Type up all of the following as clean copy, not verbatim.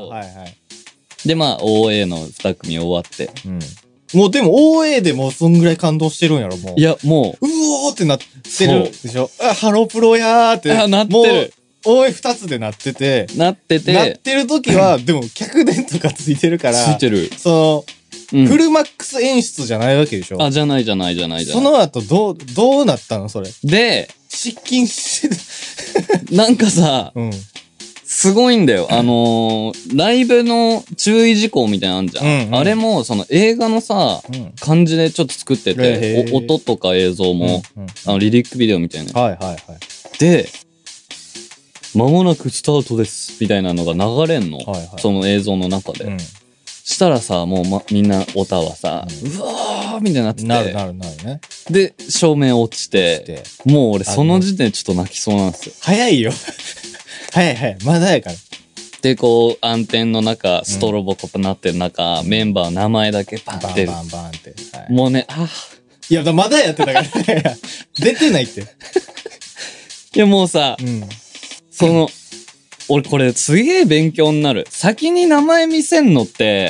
ど、 はいはい。 で、まあ、OA の2組終わって。 うん。もうでも OA でもうそんぐらい感動してるんやろ、もう。 いや、もうおーってなってるでしょ。あ、ハロプロやーって。 あ、なってる。 もう OA2 つでなってて。 なってる時は、でも客電とかついてるから。 ついてる。 その、フルマックス演出じゃないわけでしょ。 あ、じゃない。その後どうなったのそれ。 で、 失禁してなんかさ、すごいんだよ。ライブの注意事項みたいなのあんじゃん。あれも、その映画のさ、感じでちょっと作ってて、音とか映像も、リリックビデオみたいな。 はいはいはい。 で、間もなくスタートです、みたいなのが流れんの。その映像の中で。したらさ、もうみんなオタはさ、うわーみたいになってて。 なるね。 で、照明落ちて、もう俺その時点でちょっと泣きそうなんですよ。 早いよ。早い。まだやから。 で、こう、暗転の中、ストロボコプなってる中、メンバー名前だけパンって。 バンって。 もうね、 いや、まだやってたから。出てないって。いや、もうさ、その、俺これすげえ勉強になる。先に名前見せんのって、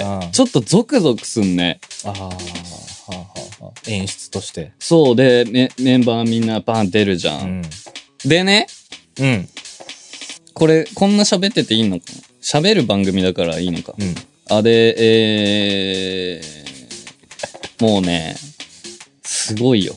ちょっとゾクゾクすんね。 演出として。 そうで、メンバーみんなバン出るじゃん。でね、これ、こんな喋ってていいのかな？喋る番組だからいいのか。もうね、すごいよ。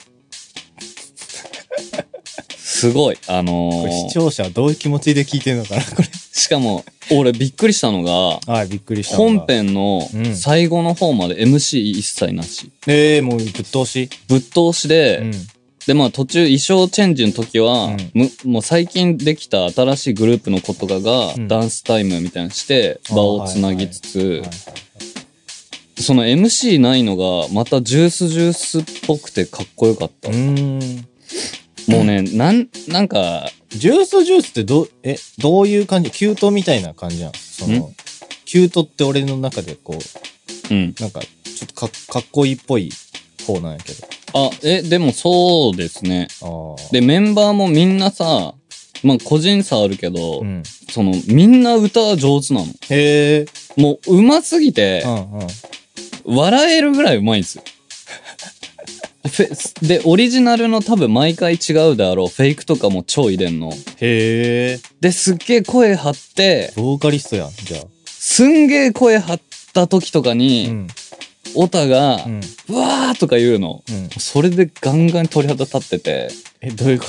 すごい。これ視聴者はどういう気持ちで聞いてるのかな、これ。 しかも、俺びっくりしたのが、 びっくりした本編の最後の方まで MC 一切なし。 もうぶっ通しで、で、まあ途中衣装チェンジの時は、もう最近できた新しいグループの子とかがダンスタイムみたいなのして場をつなぎつつ、その MC ないのがまたジュースっぽくてかっこよかった。もうね、なんか、 ジュースってどういう感じ？キュートみたいな感じなの？その、キュートって俺の中でこう、なんか、ちょっとかっこいいっぽい方なんやけど。 でもそうですね。で、メンバーもみんなさ、まあ個人差あるけど、その、みんな歌上手なの。 へー。 もう上手すぎて、笑えるぐらい上手いんですよ。で、オリジナルの多分毎回違うであろうフェイクとかも超入れんの。 へー。 で、すっげえ声張って、 ボーカリストやん、じゃあ。 すんげえ声張った時とかに、オタが、うわーとか言うの。それでガンガン鳥肌立ってて。 どういうこと？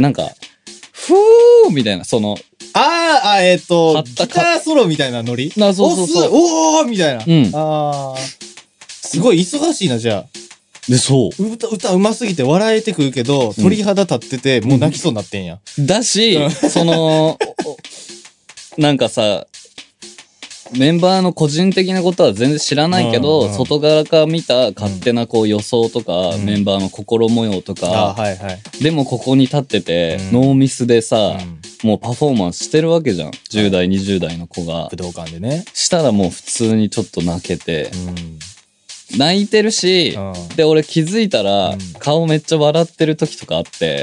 なんか、ふーみたいな、その、ギターソロみたいなノリ？ そう。 おーみたいな。すごい忙しいな、じゃあ。 で、そう。 歌うますぎて笑えてくるけど、鳥肌立ってて、もう泣きそうになってんや。 だし、その、なんかさ、メンバーの個人的なことは全然知らないけど、外側から見た勝手なこう予想とか、メンバーの心模様とか、でもここに立ってて、ノーミスでさ、もうパフォーマンスしてるわけじゃん。10代、20代の子が。 武道館でね。 したらもう普通にちょっと泣けて、泣いてるし、で、俺気づいたら、顔めっちゃ笑ってる時とかあって。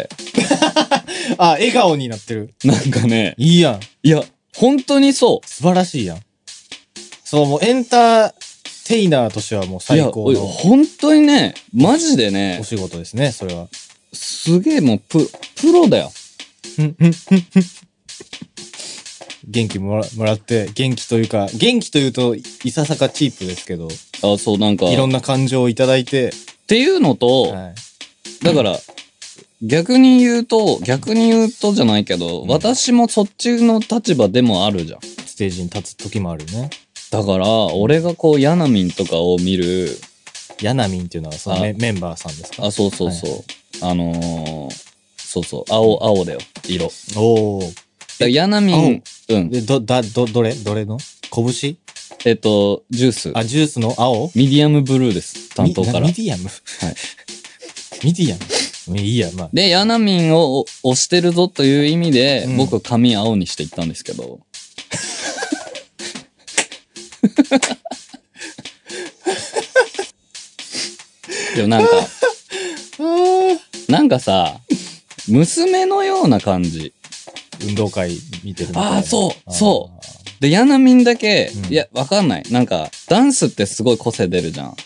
笑顔になってる。 なんかね。 いいやん。 いや、本当にそう。 素晴らしいやん。そう、もうエンターテイナーとしてはもう最高の。 いや、本当にね、マジでね。 お仕事ですね、それは。 すげえもうプロだよ。 元気もらって、元気というと、いささかチープですけど。 そうなんか。 いろんな感情をいただいて。 っていうのと、だから、逆に言うとじゃないけど、私もそっちの立場でもあるじゃん。 ステージに立つ時もあるね。 だから、俺がこう、ヤナミンとかを見る。 ヤナミンっていうのはそのメンバーさんですか？ そう。そうそう。青だよ、色。ヤナミン、 で、どれの？拳？ ジュース。 ジュースの青？ ミディアムブルーです、担当から。 ミディアム？はい。ミディアム？いいや、まあ。 で、ヤナミンを推してるぞという意味で、僕は髪青にしていったんですけど。でもなんかさ、娘のような感じ。 運動会見てるみたいな。 そう。 で、ヤナミンだけ、いや、わかんない。なんか、ダンスってすごい個性出るじゃん。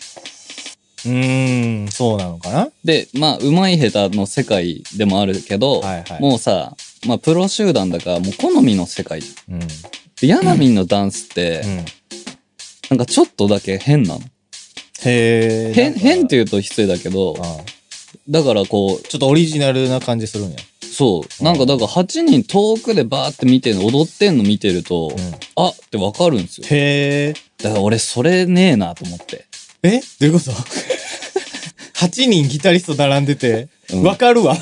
そうなのかな。 で、まあ、上手い下手の世界でもあるけど、もうさ、まあ、プロ集団だから、もう好みの世界じゃん。で、ヤナミンのダンスって、なんかちょっとだけ変なの。変って言うと失礼だけど、だからこう、 ちょっとオリジナルな感じするんや。 そう。なんかだから8人遠くでバーって見てるの、踊ってんの見てると、あってわかるんですよ。だから俺それねえなと思って。 どういうこと ?8 人ギタリスト並んでて、わかるわ。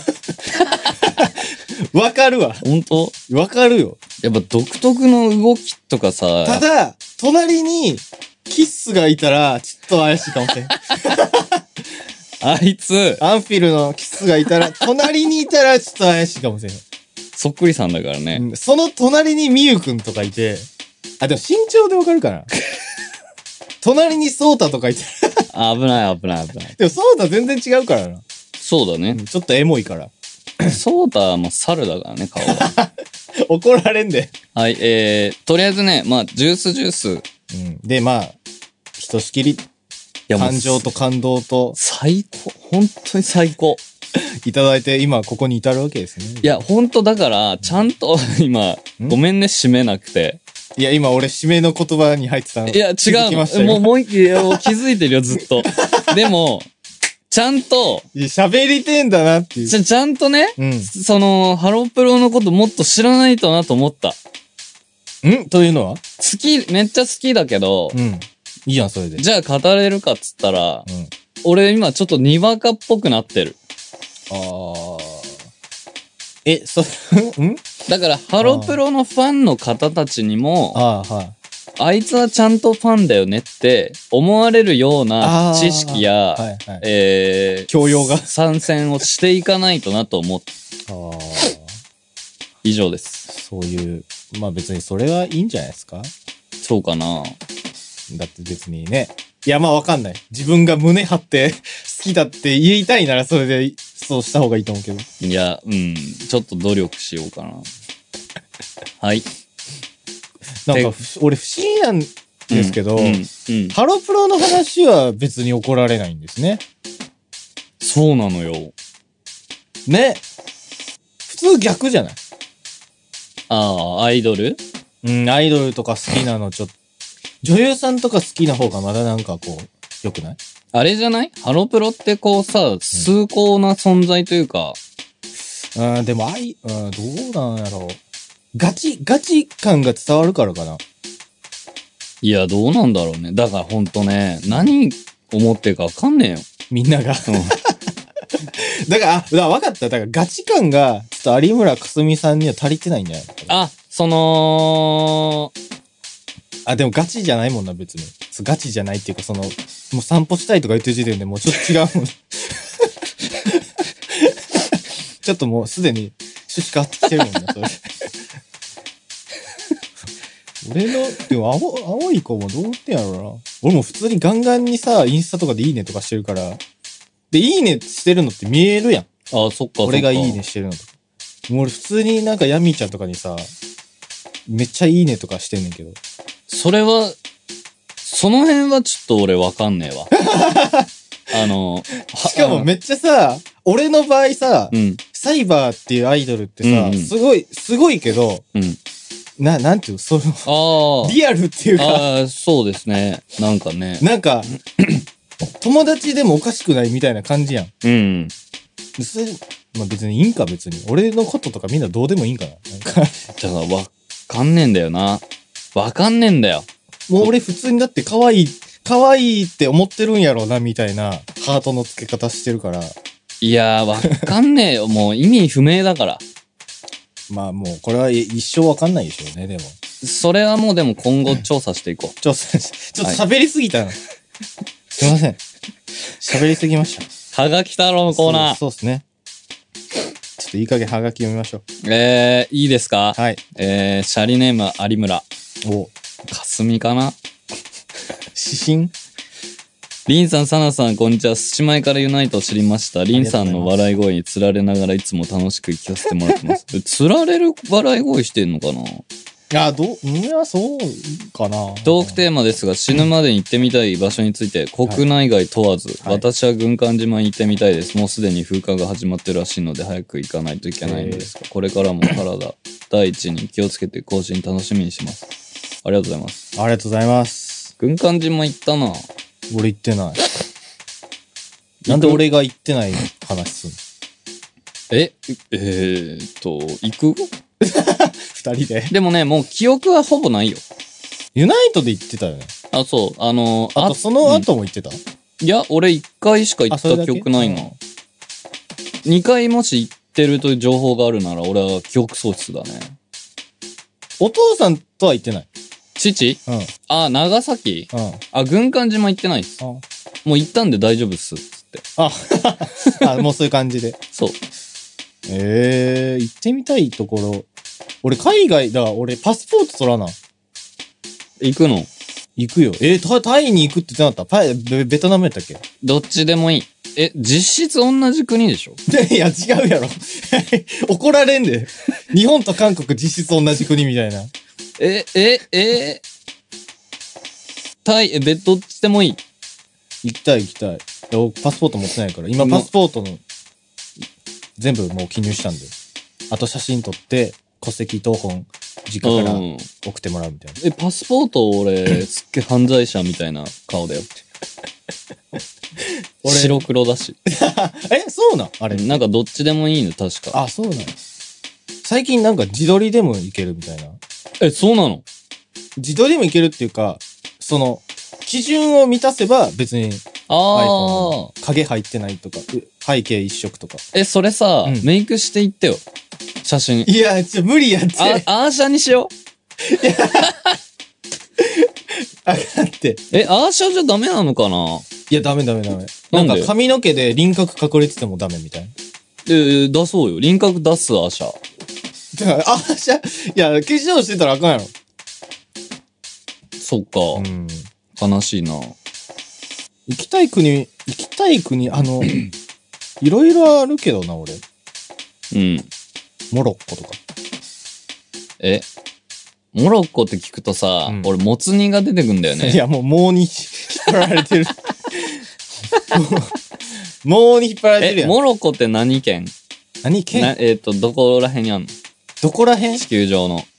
わかるわ。 本当？ わかるよ。 やっぱ独特の動きとかさ。 ただ、隣にキッスがいたら、ちょっと怪しいかもしれん。 あいつ。 アンフィルのキスがいたら、隣にいたらちょっと怪しいかもしれない。 そっくりさんだからね。 その隣にミユくんとかいて、あ、でも身長でわかるかな。隣にソータとかいて。 危ない危ない危ない。 でもソータ全然違うからな。 そうだね。 ちょっとエモいから。 ソータも猿だからね、顔は。 怒られんで。 はい、とりあえずね、まあ、ジュース。 で、まあ、ひとしきり。感情と感動と。 最高。本当に最高。 いただいて、今ここに至るわけですね。 いや、本当だから、ちゃんと、今、ごめんね、締めなくて。 いや、今俺締めの言葉に入ってたの。 いや、違う。もう一気、気づいてるよ、ずっと。でも、ちゃんと、 喋りてんだなっていう。 ちゃんとね、その、ハロプロのこともっと知らないとなと思った。 というのはめっちゃ好きだけど、 いいじゃん、それで。 じゃあ語れるかっつったら、俺今ちょっとにわかっぽくなってる。だから、ハロプロのファンの方たちにも、あいつはちゃんとファンだよねって思われるような知識や、 教養が参戦をしていかないとなと思って。以上です。 そういう、まあ別にそれはいいんじゃないですか？ そうかな。 だって別にね。いや、まあわかんない。自分が胸張って好きだって言いたいならそれでそうした方がいいと思うけど。 いや、ちょっと努力しようかな。はい。 なんか、俺不思議なんですけど、ハロプロの話は別に怒られないんですね。 そうなのよ。 ね。普通逆じゃない？ アイドル？ アイドルとか好きなのちょっと、女優さんとか好きな方がまだなんかこう、良くない？ あれじゃない？ハロプロってこうさ、崇高な存在というか。 でもどうなんやろう。ガチ感が伝わるからかな。 いや、どうなんだろうね。だからほんとね、何思ってるかわかんねえよ。 みんなが。だから、わかった。だからガチ感が、ちょっと有村架純さんには足りてないんじゃないの？でもガチじゃないもんな、別に。ガチじゃないっていうか、もう散歩したいとか言ってる時点でもうちょっと違うもん。ちょっともうすでに趣旨変わってきてるもんな、それ。俺の、でも青い子もどうってんやろな。俺も普通にガンガンにさ、インスタとかでいいねとかしてるから。で、いいねしてるのって見えるやん。 そっか。 俺がいいねしてるのとか。もう俺普通になんかヤミーちゃんとかにさ、めっちゃいいねとかしてんねんけど。 それは、その辺はちょっと俺わかんねえわ。 しかもめっちゃさ、俺の場合さ、サイバーっていうアイドルってさ、すごいけど、なんていうの、リアルっていうか。 そうですね。なんかね。 なんか、友達でもおかしくないみたいな感じやん。それ、まあ別にいいんか別に。俺のこととかみんなどうでもいいんかな。なんか。 だからわかんねえんだよな。わかんねえんだよ。 もう俺普通にだって可愛いって思ってるんやろうな、みたいなハートの付け方してるから。 いやー、わかんねえよ。もう意味不明だから。 まあもうこれは一生わかんないでしょうね、でも。 それはもうでも今後調査していこう。 ちょっと喋りすぎたな。すいません。喋りすぎました。 はがき太郎のコーナー。 そうですね。ちょっといい加減はがき読みましょう。 いいですか？ はい。 シャリネーム有村。かすみかな？ 指針？ リンさん、サナさん、こんにちは。寿司前からユナイトを知りました。リンさんの笑い声に釣られながらいつも楽しく聞かせてもらってます。釣られる笑い声してんのかな？ いや、そうかな。 トークテーマですが、死ぬまでに行ってみたい場所について、国内外問わず、 はい、 私は軍艦島に行ってみたいです。もうすでに風化が始まってるらしいので、早く行かないといけないんですが、これからも体、第一に気をつけて更新楽しみにします。ありがとうございます。 ありがとうございます。 軍艦島行ったな。 俺行ってない。なんで俺が行ってない話すんの？ 行く二人で。 でもね、もう記憶はほぼないよ。 ユナイトで行ってたよね。 あ、そう。あとその後も行ってた？ いや、俺1回しか行った記憶ないな。2回もし行ってるという情報があるなら、俺は記憶喪失だね。 お父さんとは行ってない？ 父？ うん。 あ、長崎？ うん。 あ、軍艦島行ってないっす。もう行ったんで大丈夫っす。つって。 もうそういう感じで。 そう。 行ってみたいところ。俺海外だ、俺パスポート取らな。 行くの？ 行くよ。タイに行くって言ってなかった？ベトナムやったっけ？ どっちでもいい。実質同じ国でしょ？ いや、違うやろ。怒られんで。日本と韓国実質同じ国みたいな。 タイ、どっちでもいい。 行きたい。パスポート持ってないから。今パスポートの、全部もう記入したんで。あと写真撮って、戸籍謄本、実家から送ってもらうみたいな。 パスポート俺、すっげえ犯罪者みたいな顔だよって。白黒だし。 そうなんあれ。 なんかどっちでもいいの、確か。 あ、そうなん最近なんか自撮りでもいけるみたいな。 そうなの？ 自撮りでもいけるっていうか、基準を満たせば別に iPhone 影入ってないとか、背景一色とか。 それさ、メイクしていってよ。写真。 いや、無理やって。 アーシャにしよう。いやあかって。 アーシャじゃダメなのかな？ いや、ダメ。なんか髪の毛で輪郭隠れててもダメみたいな。 出そうよ。輪郭出すアーシャ。 だから、アーシャ、いや、化粧してたらあかんやろ。 そっか。悲しいな。 行きたい国、いろいろあるけどな、俺。モロッコとか。 モロッコって聞くとさ、俺、もつ煮が出てくんだよね。 いや、もうに引っ張られてる。もうに引っ張られてるやん。 モロッコって何県？ 何県？ どこら辺にあんの？ どこら辺？ 地球上の。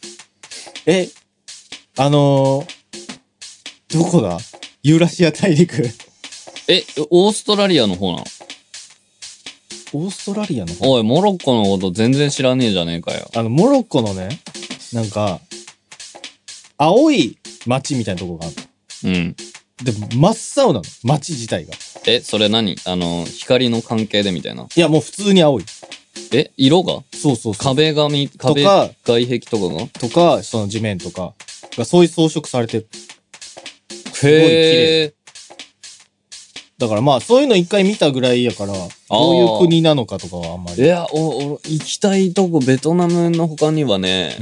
どこだ？ユーラシア大陸。 オーストラリアの方なの？ オーストラリアの方？ おい、モロッコのこと全然知らねえじゃねえかよ。 モロッコのね、なんか、青い街みたいなとこがある。で、真っ青なの。街自体が。 それ何？光の関係でみたいな。 いや、もう普通に青い。 色が？ そう。 壁外壁とかが？ とか、その地面とかがそういう装飾されてる。 へえ。 だからまあ、そういうの一回見たぐらいやから、どういう国なのかとかはあんまり。 いや、行きたいとこ、ベトナムの他にはね、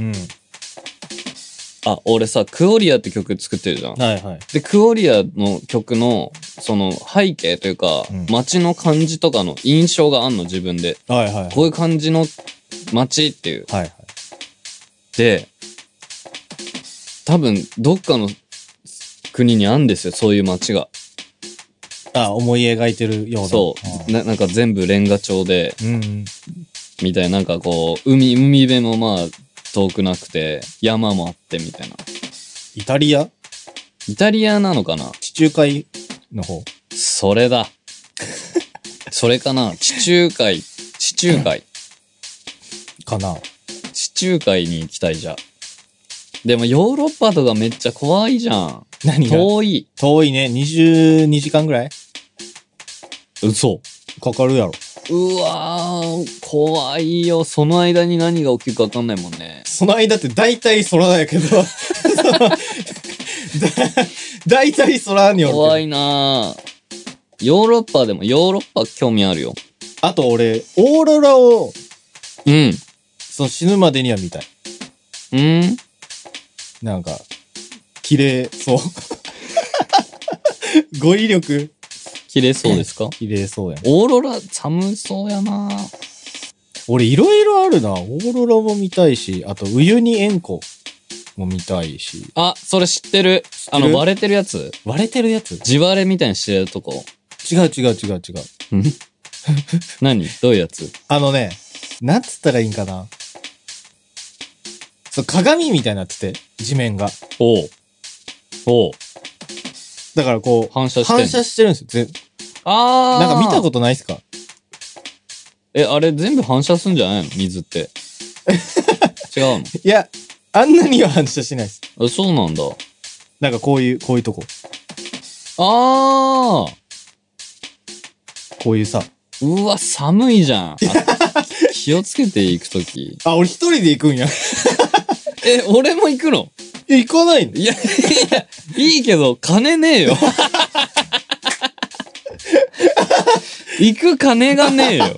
俺さ、クオリアって曲作ってるじゃん。 はいはい。 で、クオリアの曲の、その背景というか、街の感じとかの印象があんの、自分で。 はいはい。 こういう感じの街っていう。 はいはい。 で、多分、どっかの国にあんですよ、そういう街が。 思い描いてるような。 そう。なんか全部レンガ調で、みたいな、なんかこう、海辺もまあ、遠くなくて、山もあってみたいな。 イタリアなのかな？ 地中海の方。 それだ。それかな？地中海。 かな？ 地中海に行きたいじゃん。でもヨーロッパとかめっちゃ怖いじゃん。 何が？遠いね。22時間ぐらい？ 嘘。 かかるやろ。 うわー、怖いよ。その間に何が起きるか分かんないもんね。 その間って大体空だけど。大体空におるけど。 怖いなぁ。ヨーロッパ興味あるよ。 あと俺、オーロラを、 その死ぬまでには見たい。なんか、綺麗そう。語彙力。 綺麗そうですか？ 綺麗そうやね。 オーロラ、寒そうやな。 俺いろいろあるな。オーロラも見たいし、あと、ウユニ塩湖も見たいし。 あ、それ知ってる。割れてるやつ。 割れてるやつ？ 地割れみたいにしてるとこ。 違う。 何？どういうやつ？ なんつったらいいんかな。そう、鏡みたいになってて、地面が。 おう。 だからこう、 反射してるんですよ。なんか見たことないっすか？ あれ全部反射すんじゃないの？水って。違うの？ いや、あんなには反射しないっす。 そうなんだ。 なんかこういうとこ。 こういうさ。 うわ、寒いじゃん。気をつけて行くとき。 俺一人で行くんや。 俺も行くの？ 行かないの？ いや、いいけど、金ねえよ。行く金がねえよ。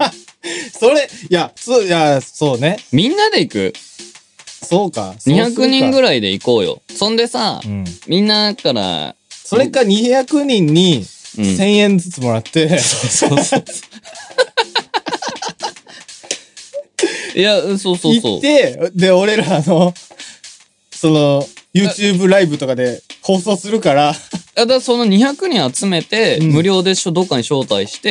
そうね。 みんなで行く？そうか。 200人ぐらいで行こうよ。そんでさ、みんなから、 それか200人に1000円ずつもらって、 そう。いや、そう。 行って、で、俺らYouTube ライブとかで放送するから。 だからその200人集めて、無料でどっかに招待して、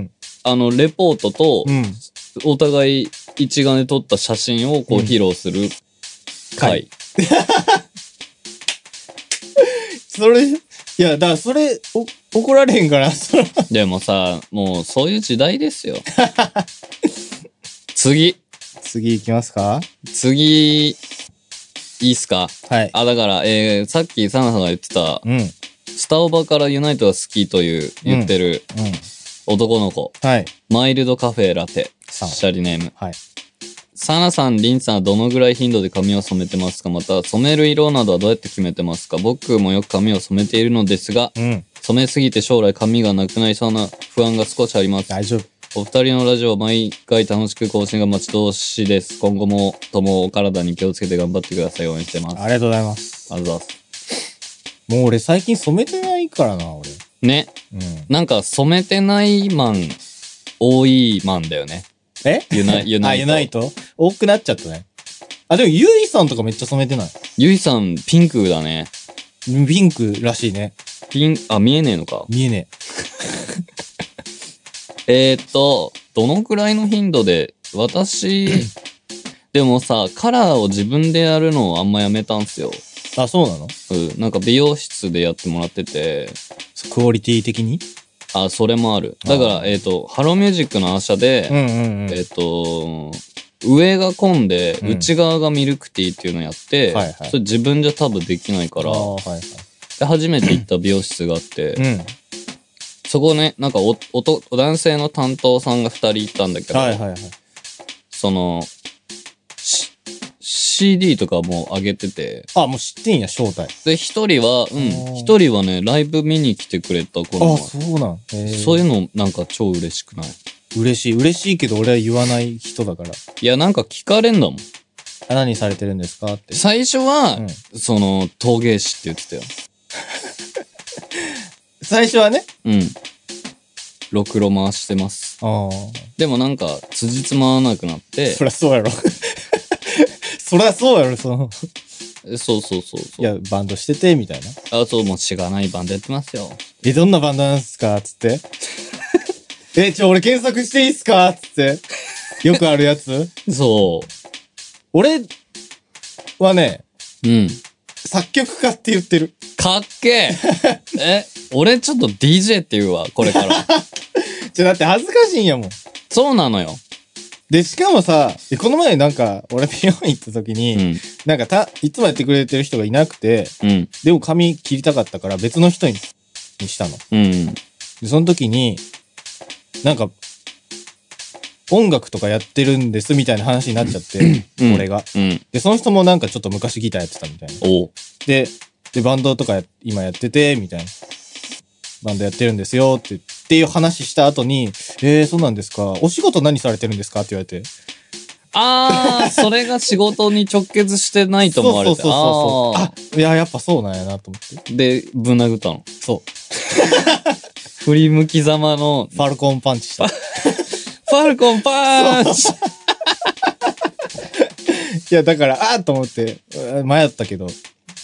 レポートと、お互い一眼で撮った写真をこう披露する回。だからそれ、怒られへんから。 でもさ、もうそういう時代ですよ。次行きますか？ 次、いいっすか？ はい。 だから、さっきサナさんが言ってた、スタオバからユナイトが好きと言ってる、男の子。 はい。 マイルドカフェラテ。シャリネーム。 はい。 サナさん、リンさんはどのぐらい頻度で髪を染めてますか？また、染める色などはどうやって決めてますか？僕もよく髪を染めているのですが、染めすぎて将来髪がなくなりそうな不安が少しあります。 大丈夫。 お二人のラジオ毎回楽しく更新が待ち遠しいです。今後もお体に気をつけて頑張ってください。応援してます。 ありがとうございます。 ありがとうございます。 もう俺最近染めてないからな、俺。 ね。なんか染めてないマン、多いマンだよね。ユナイト多くなっちゃったね。でもユイさんとかめっちゃ染めてない？ ユイさんピンクだね。 ピンクらしいね。 見えねえのか。 見えねえ。どのくらいの頻度で、でもさ、カラーを自分でやるのをあんまやめたんすよ。 そうなの？ なんか美容室でやってもらってて。 クオリティ的に？ それもある。だから、ハローミュージックのアーシャで、上が紺で、内側がミルクティーっていうのをやって、それ自分じゃ多分できないから、で初めて行った美容室があって、そこね、なんか男性の担当さんが2人いたんだけど、CD とかも上げてて。 もう知ってんや、正体。 で、一人はね、ライブ見に来てくれた頃そうなん。 そういうのなんか超嬉しくない？ 嬉しいけど俺は言わない人だから。 いや、なんか聞かれんだもん。 何されてるんですかって。 最初は、陶芸師って言ってたよ。 最初はね。 ろくろ回してます。でもなんか、辻褄合わなくなって。 そりゃそうやろ。そりゃそうやろ、 そう。 いや、バンドしてて、みたいな。 もうしがないバンドやってますよ。 どんなバンドなんすかつって。俺検索していいっすかつって。よくあるやつ？ そう。 俺はね、作曲家って言ってる。 かっけえ。俺ちょっと DJ って言うわ、これから。 だって恥ずかしいんやもん。 そうなのよ。 で、しかもさ、この前なんか、俺美容院行った時に、なんかいつもやってくれてる人がいなくて、でも髪切りたかったから別の人にしたの。で、その時に、なんか、音楽とかやってるんですみたいな話になっちゃって、俺が。で、その人もなんかちょっと昔ギターやってたみたいな。で、バンドとか今やってて、みたいな。バンドやってるんですよっていう話した後に、そうなんですか。お仕事何されてるんですかって言われて。 それが仕事に直結してないと思われて。 そう。やっぱそうなんやなと思って。 で、ぶん殴ったの。 そう。 振り向きざまの。 ファルコンパンチした。 ファルコンパンチいや、だから、と思って、迷ったけど、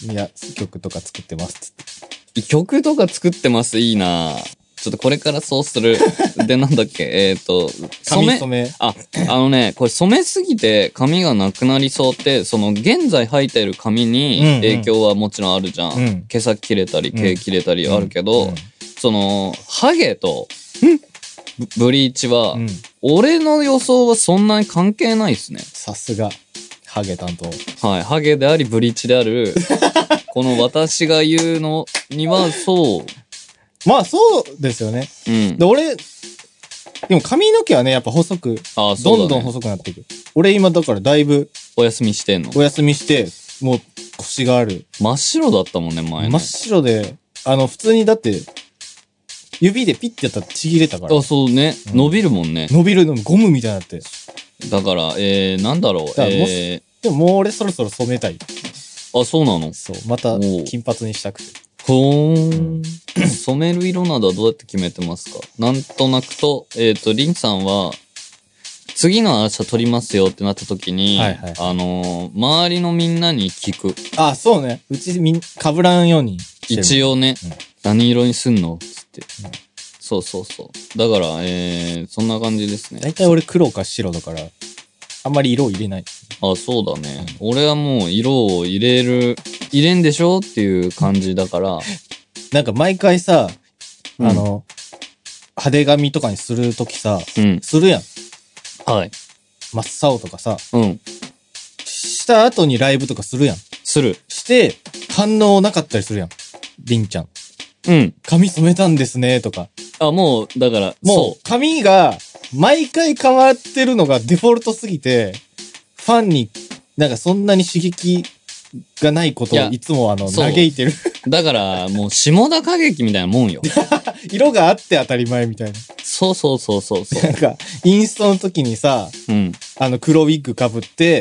いや、曲とか作ってますっつって。 曲とか作ってます。いいなちょっとこれからそうする。で、なんだっけ染め。 これ染めすぎて髪がなくなりそうって、現在生えてる髪に影響はもちろんあるじゃん。毛先切れたり、毛切れたりあるけど、ハゲと、ブリーチは、俺の予想はそんなに関係ないっすね。 さすが、ハゲ担当。 はい、ハゲであり、ブリーチである、この私が言うのには、そう。 まあ、そうですよね。で、俺、でも髪の毛はね、やっぱ細く、どんどん細くなっていく。俺今だからだいぶ、 お休みしてんの？ お休みして、もう腰がある。 真っ白だったもんね、前ね。 真っ白で、普通にだって、指でピッてやったらちぎれたから。 あ、そうね。伸びるもんね。 伸びるのゴムみたいになって。 だから、なんだろう。 でももう俺そろそろ染めたい。 あ、そうなの？ そう。また、金髪にしたくて。 ほーん。染める色などはどうやって決めてますか？なんとなくと、リンさんは、次のアーシャ撮りますよってなった時に、周りのみんなに聞く。 あ、そうね。うち被らんようにしてる。 一応ね、何色にすんのつって。そうそうそう。だから、そんな感じですね。 だいたい俺黒か白だから、あんまり色を入れない。 あ、そうだね。俺はもう色を入れんでしょっていう感じだから。 なんか毎回さ、派手髪とかにするときさ、するやん。 はい。 真っ青とかさ、した後にライブとかするやん。 する。 して、反応なかったりするやん。りんちゃん。髪染めたんですね、とか。 あ、もう、だから、 もう、髪が、毎回変わってるのがデフォルトすぎて、ファンに、なんかそんなに刺激がないことをいつも嘆いてる。 だから、もう、下田歌劇みたいなもんよ。 色があって当たり前みたいな。 そうそうそうそうそう。 なんか、インストの時にさ、黒ウィッグ被って、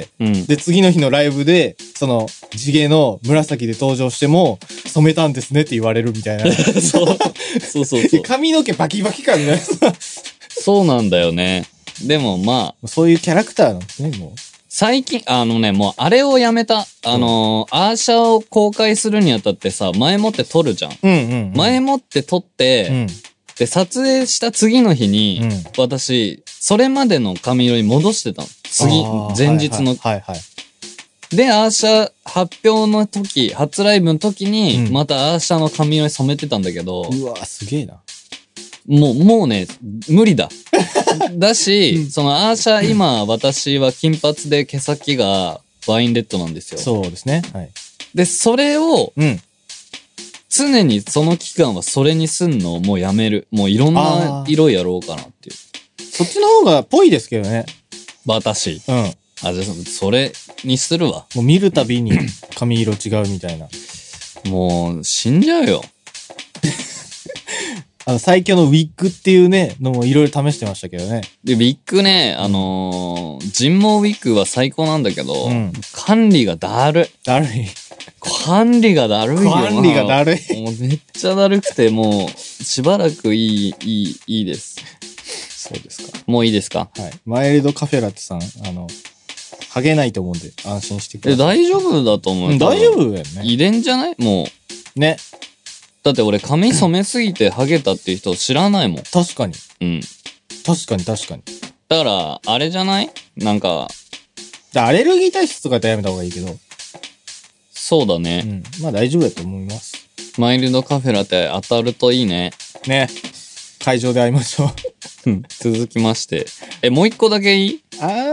で、次の日のライブで、地毛の紫で登場しても、染めたんですねって言われるみたいな。 そうそうそう。 髪の毛バキバキ感みたいな。 そうなんだよね。でもまあ。そういうキャラクターなんですね、もう。 最近、もう、あれをやめた。アーシャを公開するにあたってさ、前もって撮るじゃん。前もって撮って、で、撮影した次の日に、私、それまでの髪色に戻してたの。前日の。で、アーシャ発表の時、初ライブの時に、またアーシャの髪色に染めてたんだけど。 うわ、すげえな。 もうね、無理だ。だし、アーシャ、今、私は金髪で毛先がワインレッドなんですよ。 そうですね。はい。 で、それを、常にその期間はそれにすんのをもうやめる。もういろんな色やろうかなっていう。 そっちの方がぽいですけどね。 私。じゃあそれにするわ。 もう見るたびに髪色違うみたいな。 もう、死んじゃうよ。 最強のウィッグっていうね、のもいろいろ試してましたけどね。 で、ウィッグね、人毛ウィッグは最高なんだけど、管理がだるい。管理がだるいよ。 管理がだるい。 もうめっちゃだるくて、もう、しばらくいいです。 そうですか。 もういいですか？ はい。マイルドカフェラテさん、ハゲないと思うんで、安心してください。大丈夫だと思う。 大丈夫だよね。 遺伝じゃない？もう。ね。 だって俺髪染めすぎてハゲたっていう人知らないもん。 確かに。確かに。 だから、あれじゃない？なんか。 アレルギー体質とかやったらやめた方がいいけど。 そうだね。 まあ大丈夫だと思います。 マイルドカフェラテ当たるといいね。 ね。会場で会いましょう。 続きまして。もう一個だけいい？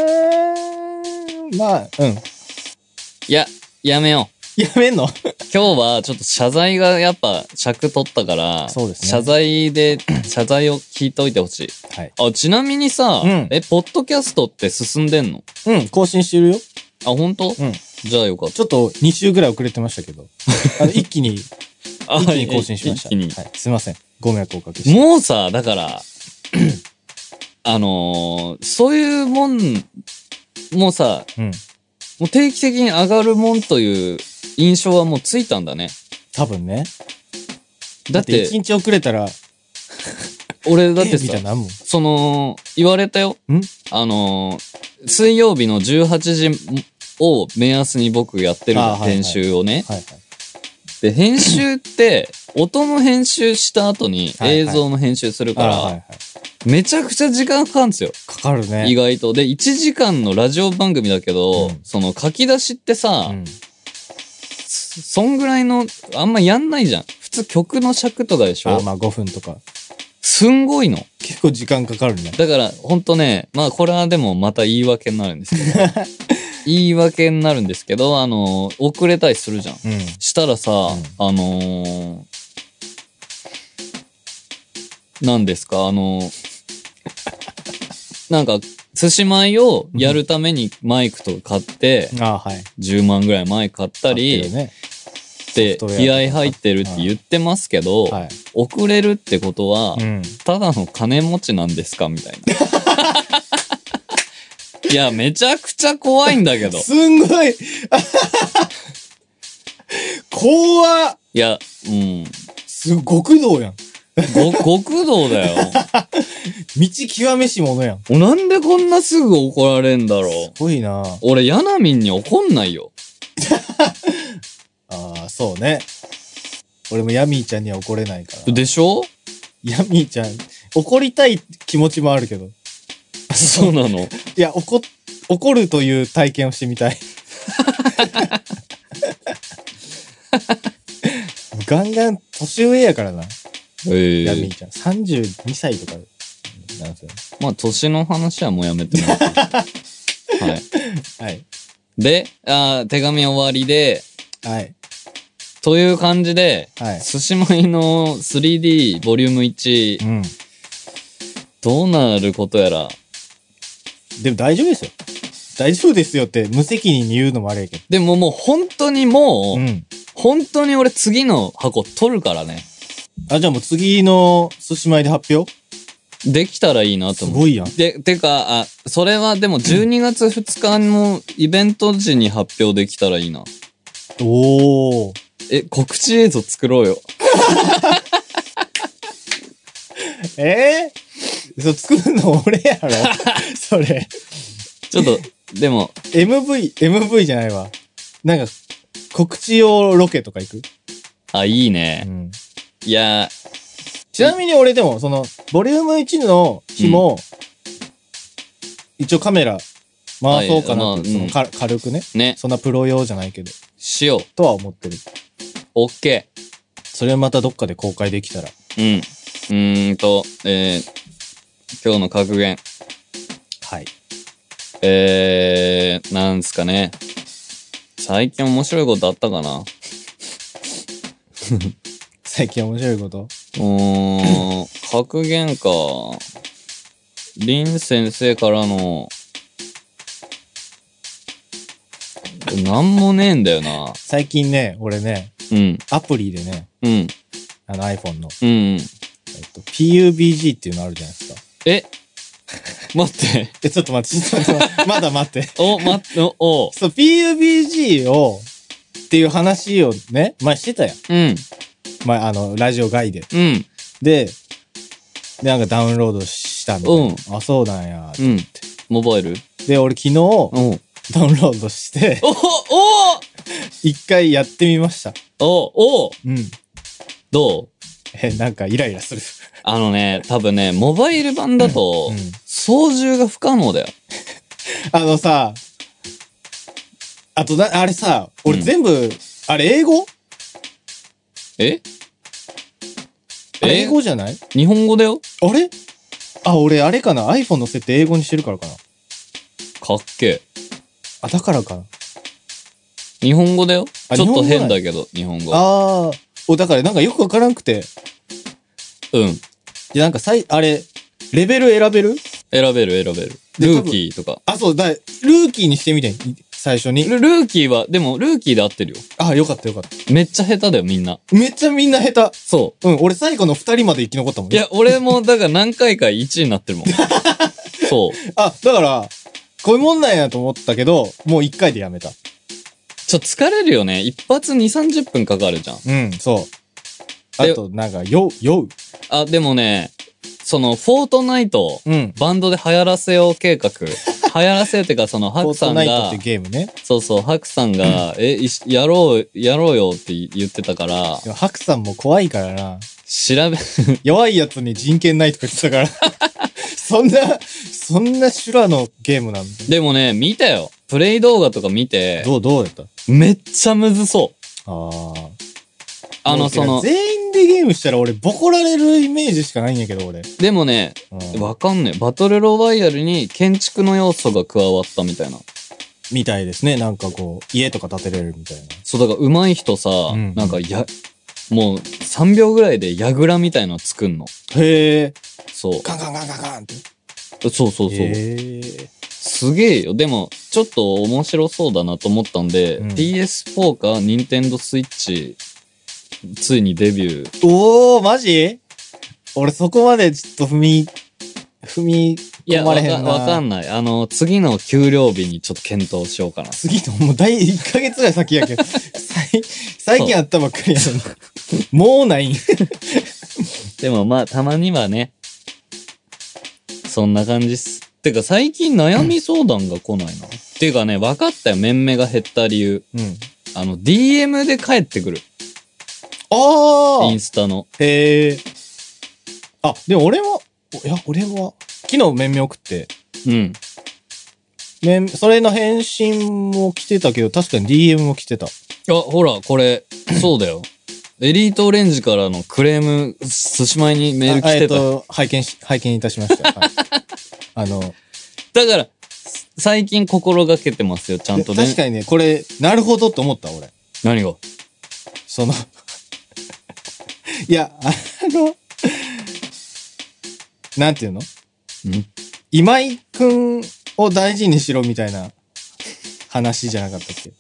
まあ、 いや、やめよう。 やめんの？ 今日はちょっと謝罪がやっぱ尺取ったから、 そうですね。 謝罪を聞いといてほしい。 はい。 ちなみにさ、ポッドキャストって進んでんの？ 更新してるよ。 あ、本当？じゃあよかった。 ちょっと2週ぐらい遅れてましたけど、一気に更新しました。 一気に。 はい。すいません。ご迷惑をおかけして。 もうさ、だから、そういうもん、もうさ、もう定期的に上がるもんという印象はもうついたんだね。 多分ね。 だって 1日遅れたら、 俺だってさ、言われたよ。水曜日の18時を目安に僕やってる編集をね。 で、編集って、音の編集した後に映像の編集するから、めちゃくちゃ時間かかるんですよ。 かかるね。 意外と。で、1時間のラジオ番組だけど、その書き出しってさ、そんぐらいの、あんまやんないじゃん。普通曲の尺とかでしょ？ まあ5分とか。 すんごいの。 結構時間かかるね。 だから、ほんとね、まあこれはでもまた言い訳になるんですけど、言い訳になるんですけど、遅れたりするじゃん。したらさ、何ですか、なんか、寿司米をやるためにマイクとか買って、10万ぐらいマイク買ったり、で、気合入ってるって言ってますけど、遅れるってことは、ただの金持ちなんですかみたいな。いや、めちゃくちゃ怖いんだけど。 すんごい怖っ。 いや、 極道やん。 極道だよ。 道極めし者やん。 なんでこんなすぐ怒られんだろう。 すごいな。 俺、ヤナミンに怒んないよ。 ああ、そうね。俺もヤミーちゃんには怒れないから。 でしょ？ ヤミーちゃん、怒りたい気持ちもあるけど。 そうなの？ いや、怒るという体験をしてみたい。ガンガン年上やからな。ヤミーちゃん。32歳とかなんですよ。 まあ、年の話はもうやめてもらって。はい。 はい。 で、手紙終わりで、 はい。 という感じで、 はい。 寿司米の 3D ボリューム1、 うん。 どうなることやら。 でも大丈夫ですよ。大丈夫ですよって無責任に言うのもあれやけど。 でももう本当にもう、 うん。 本当に俺次の箱取るからね。 じゃあもう次の寿司米で発表できたらいいなと思う。 すごいやん。 てか、それはでも12月2日のイベント時に発表できたらいいな。 おー。 告知映像作ろうよ。 そう作るの俺やろそれ。 ちょっと、でも。 MV じゃないわ。なんか、告知用ロケとか行く？ いいね。 うん。 いやちなみに俺でも、ボリューム1の日も、一応カメラ回そうかなって、軽くね。 ね。 そんなプロ用じゃないけど。 しよう。 とは思ってる。 オッケー。 それはまたどっかで公開できたら。 うん。今日の格言。 はい。 なんすかね。最近面白いことあったかな？ 最近面白いこと？ 格言か。林先生からの、なんもねえんだよな。 最近ね、俺ね、 うん。 アプリでね、 うん。 iPhone の、 うん。 PUBG っていうのあるじゃないですか。 待って。 ちょっと待って、まだ待って。 そう、 PUBG っていう話をね、前してたやん。 うん。 ラジオ外で。 うん。 で、なんかダウンロードしたみたいな。あ、そうなんや、って言って。 モバイル？ で、俺昨日、ダウンロードして、一回やってみました。 うん。どう？なんかイライラする。 多分ね、モバイル版だと、操縦が不可能だよ。 あれさ、俺全部、あれ英語？英語じゃない？ 日本語だよ。 あれ？俺あれかな？ iPhone の設定英語にしてるからかな？ かっけえ。だからかな？ 日本語だよ。ちょっと変だけど、日本語。 だからなんかよくわからんくて。 うん。 で、なんかレベル選べる？ 選べる。ルーキーとか。 ルーキーにしてみて、最初に。 ルーキーは、でもルーキーで合ってるよ。 よかった。 めっちゃ下手だよ、みんな。 めっちゃみんな下手。 そう。俺最後の2人まで生き残ったもん。 いや、俺も、だから何回か1位になってるもん。そう。 だから、こういうもんなんやと思ったけど、もう1回でやめた。 疲れるよね。一発2、30分かかるじゃん。 そう。あと、なんか、酔う。 でもね、フォートナイト、バンドで流行らせよう計画、 流行らせるっていうか、その、ハクさんフォートナイトっがて、ゲームね。 そうそう、ハクさんが、やろうよって言ってたから、 でもハクさんも怖いからな。 調べ、 弱いやつに人権ないとか言ってたから。そんな修羅のゲームなんだ。 でもね、見たよ。プレイ動画とか見て、 どうやった？ めっちゃむずそう。 ああ。 その、 全員でゲームしたら俺ボコられるイメージしかないんやけど、俺。 でもね、わかんねえ。バトルロワイヤルに建築の要素が加わったみたいな。 みたいですね。なんかこう、家とか建てれるみたいな。 そう、だから上手い人さ、 んなんかもう3秒ぐらいで櫓みたいの作んの。 へえ。 そう。 ガンガンガンガンガンって。 そうそうそう。 へえ。 すげえよ。でも、ちょっと面白そうだなと思ったんで、 うん PS4 か Nintendo Switch、ついにデビュー。 おー、マジ？俺そこまでちょっと踏みいや、 込まれへんな。 わかんない。次の給料日にちょっと検討しようかな。 次のもう1ヶ月ぐらい先やけど、最近あったばっかりやのに。もうないん。 でもまあ、たまにはね、そんな感じっす。てか最近悩み相談が来ないな。っていうかね、分かったよ。メンメが減った理由。 うん。 DM で帰ってくる。 あインスタの。 へえ。あ、でも俺は、昨日メンメ送って、 うん。 それの返信も来てたけど、確かに DM も来てた。 あ、ほら、これ、そうだよ。エリートオレンジからのクレーム、寿司前にメール来てた。 拝見いたしました。はい、 だから、最近心がけてますよ、ちゃんとね。 確かにね、これ、なるほどって思った、俺。 何がいや、なんていうの？今井くんを大事にしろみたいな話じゃなかったっけ？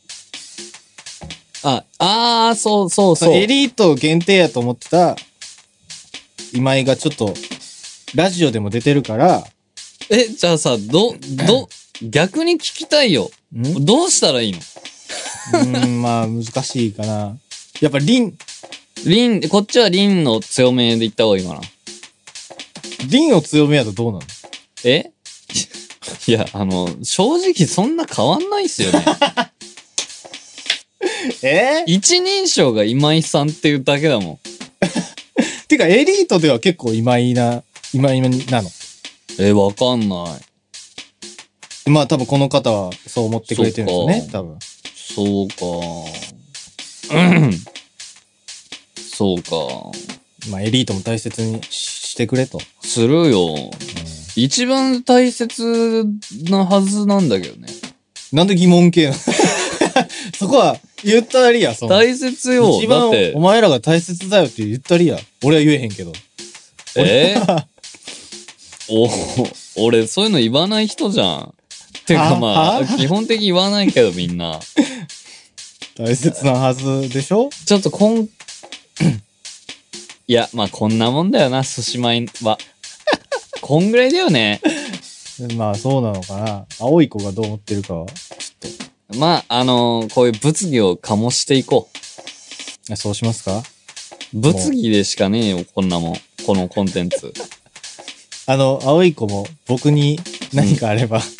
そう。 エリート限定やと思ってた今井がちょっと、ラジオでも出てるから、 じゃあさ、逆に聞きたいよ。どうしたらいいの？ まあ、難しいかな。やっぱこっちはリンの強めで言った方がいいかな。 リンを強めやとどうなの？ いや、正直そんな変わんないっすよね。一人称が今井さんっていうだけだもん。 てか、エリートでは結構今井なの？ わかんない。 まあ多分この方はそう思ってくれてるんですよね、多分。 そうか。そうか。 まあエリートも大切にしてくれと。 するよ。一番大切なはずなんだけどね。 なんで疑問系なの？そこは言ったりや、 大切よ。 一番だってお前らが大切だよって言ったりや。俺は言えへんけど。 俺、そういうの言わない人じゃん。てかまあ、基本的に言わないけどみんな。 大切なはずでしょ？ ちょっといや、まあこんなもんだよな、寿司米は。こんぐらいだよね。 まあそうなのかな。青い子がどう思ってるかは、ちょっまあ、こういう物議を醸していこと。そうしますか？ 物議でしかねえよ、こんなもん。このコンテンツ。 青い子も僕に何かあれば、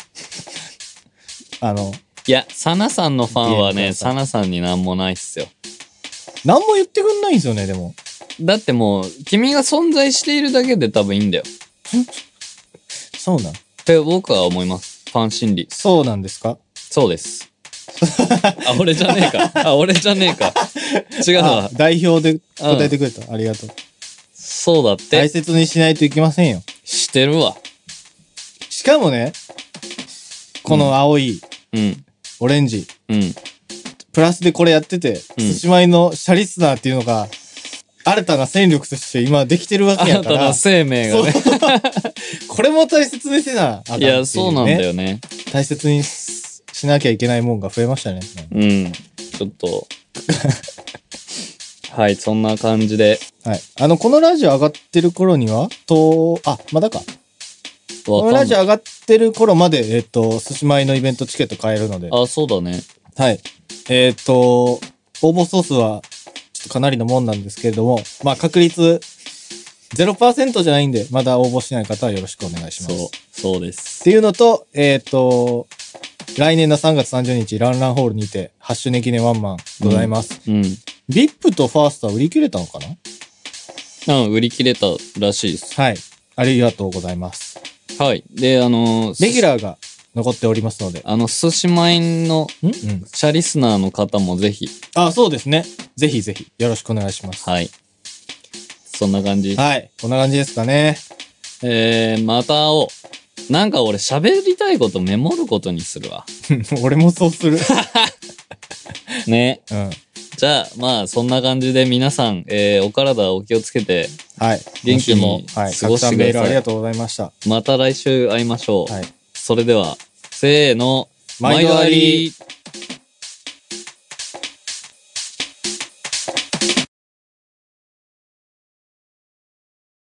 いや、サナさんのファンはね、サナさんになんもないっすよ。 何も言ってくんないんですよね、でも。 だってもう、君が存在しているだけで多分いいんだよ。 そうなん？ って僕は思います。ファン心理。 そうなんですか？ そうです。俺じゃねえか。俺じゃねえか。違うわ。 代表で答えてくれた。ありがとう。 そうだって。 大切にしないといけませんよ。 してるわ。 しかもね、この青い、オレンジ、プラスでこれやってて、寿司米のシャリスナーっていうのが、新たな戦力として今できてるわけやから。 新たな生命がね。 これも大切にせなあかんっていうね。 いや、そうなんだよね。 大切にしなきゃいけないもんが増えましたね。 ちょっと。はい、そんな感じで。 はい。このラジオ上がってる頃には、まだか。このラジオ上がってる頃まで、寿司米のイベントチケット買えるので。 あ、そうだね。 はい。応募総数は、ちょっとかなりのもんなんですけれども、まあ、確率、 0% じゃないんで、まだ応募しない方はよろしくお願いします。 そうです。 っていうのと、来年の3月30日、ランランホールにて、ハッシュネ記念ワンマンございます。VIP とファーストは売り切れたのかな？ 売り切れたらしいです。 はい。ありがとうございます。 はい。で、レギュラーが残っておりますので。 寿司マインの、シャリスナーの方もぜひ。 そうですね。ぜひぜひ、よろしくお願いします。 はい。そんな感じ。 はい。こんな感じですかね。 また会おう。なんか俺喋りたいことメモることにするわ。 俺もそうする。 ね。じゃあ、まあ、そんな感じで皆さん、お体お気をつけて、 はい。 元気に過ごしてください。 メールありがとうございました。 また来週会いましょう。はい。それでは、せーの、毎度あり。